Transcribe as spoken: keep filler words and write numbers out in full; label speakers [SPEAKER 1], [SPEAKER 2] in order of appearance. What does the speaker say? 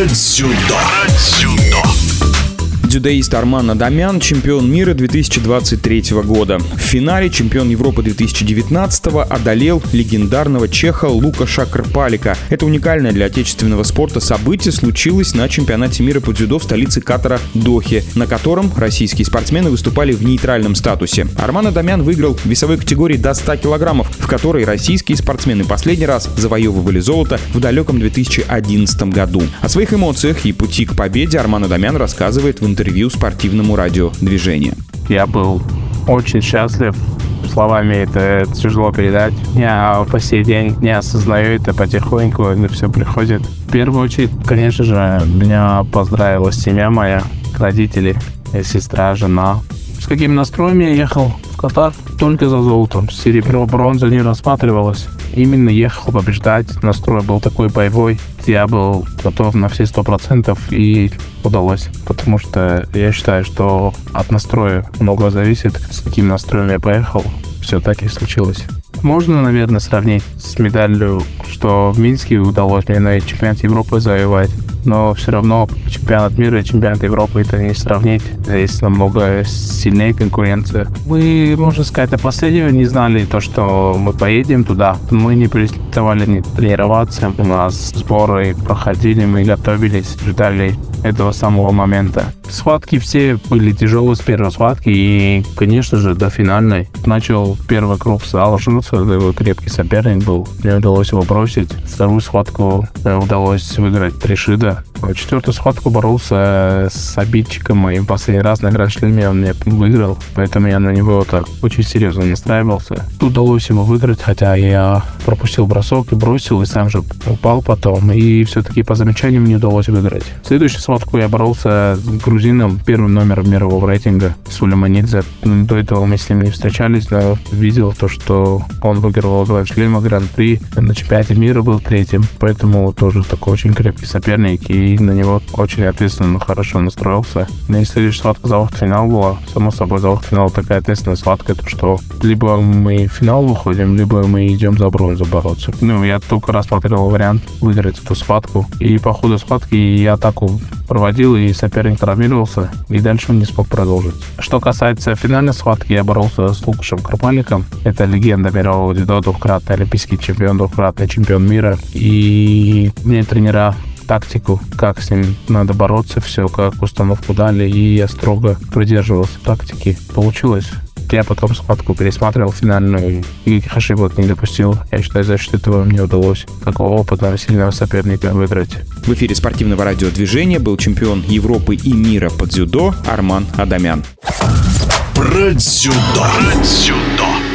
[SPEAKER 1] Дзюдо.
[SPEAKER 2] Дзюдоист Арман Адамян – чемпион мира две тысячи двадцать третьего года. В финале чемпион Европы две тысячи девятнадцатого одолел легендарного чеха Лукаша Крпалика. Это уникальное для отечественного спорта событие случилось на чемпионате мира по дзюдо в столице Катара Дохе, на котором российские спортсмены выступали в нейтральном статусе. Арман Адамян выиграл в весовой категории до ста килограммов, в которой российские спортсмены последний раз завоевывали золото в далеком две тысячи одиннадцатом году. О своих эмоциях и пути к победе Арман Адамян рассказывает в интервью интервью спортивному радио «Движение».
[SPEAKER 3] Я был очень счастлив. Словами это тяжело передать. Я по сей день не осознаю это потихоньку, это все приходит. В первую очередь, конечно же, меня поздравила семья моя, родители, сестра, жена. С каким настроем я ехал в Катар? Только за золотом. Серебро, бронза не рассматривалось. Именно ехал побеждать. Настрой был такой боевой. Я был готов на все сто процентов и удалось. Потому что я считаю, что от настроя много зависит. С каким настроем я поехал, все так и случилось. Можно, наверное, сравнить с медалью, что в Минске удалось мне на чемпионат Европы завоевать. Но все равно чемпионат мира и чемпионат Европы это не сравнить. Здесь намного сильнее конкуренция. Мы, можно сказать, до последнего не знали то, что мы поедем туда. Мы не переставали не тренироваться. У нас сборы проходили, мы готовились, ждали этого самого момента. Схватки все были тяжелые с первой схватки и, конечно же, до финальной. Начал первый круг с Алжирца, его крепкий соперник был. Мне удалось его бросить. Вторую схватку удалось выиграть Тришида. Четвертую схватку боролся с обидчиком моим. Последний раз на Гранд-шлеме он меня выиграл, поэтому я на него так очень серьезно настраивался. Удалось ему выиграть, хотя я пропустил бросок и бросил, и сам же упал потом. И все-таки по замечаниям не удалось выиграть. Следующую схватку я боролся с грузином, первым номером мирового рейтинга, Сулейманидзе. До этого мы с ним не встречались, но видел то, что он выигрывал Гранд-шлема, Гран-при, на чемпионате мира был третьим, поэтому тоже такой очень крепкий соперник, и на него очень ответственно, хорошо настроился. И следующая схватка за финал была. Само собой, за финал такая ответственная схватка, то что либо мы в финал выходим, либо мы идем за бронзу бороться. Ну, я только рассматривал вариант выиграть эту схватку. И по ходу схватки я атаку проводил, и соперник травмировался, и дальше он не смог продолжить. Что касается финальной схватки, я боролся с Лукашем Крпаликом. Это легенда мирового дзюдо, двукратный олимпийский чемпион, двукратный чемпион мира. И мне тренера тактику, как с ним надо бороться, все, как установку дали, и я строго придерживался тактики. Получилось. Я потом схватку пересматривал финальную, и ошибок не допустил. Я считаю, за счет этого мне удалось такого опытного, сильного соперника выиграть.
[SPEAKER 2] В эфире спортивного радио «Движение» был чемпион Европы и мира по дзюдо Арман Адамян.
[SPEAKER 1] Про дзюдо. Про дзюдо.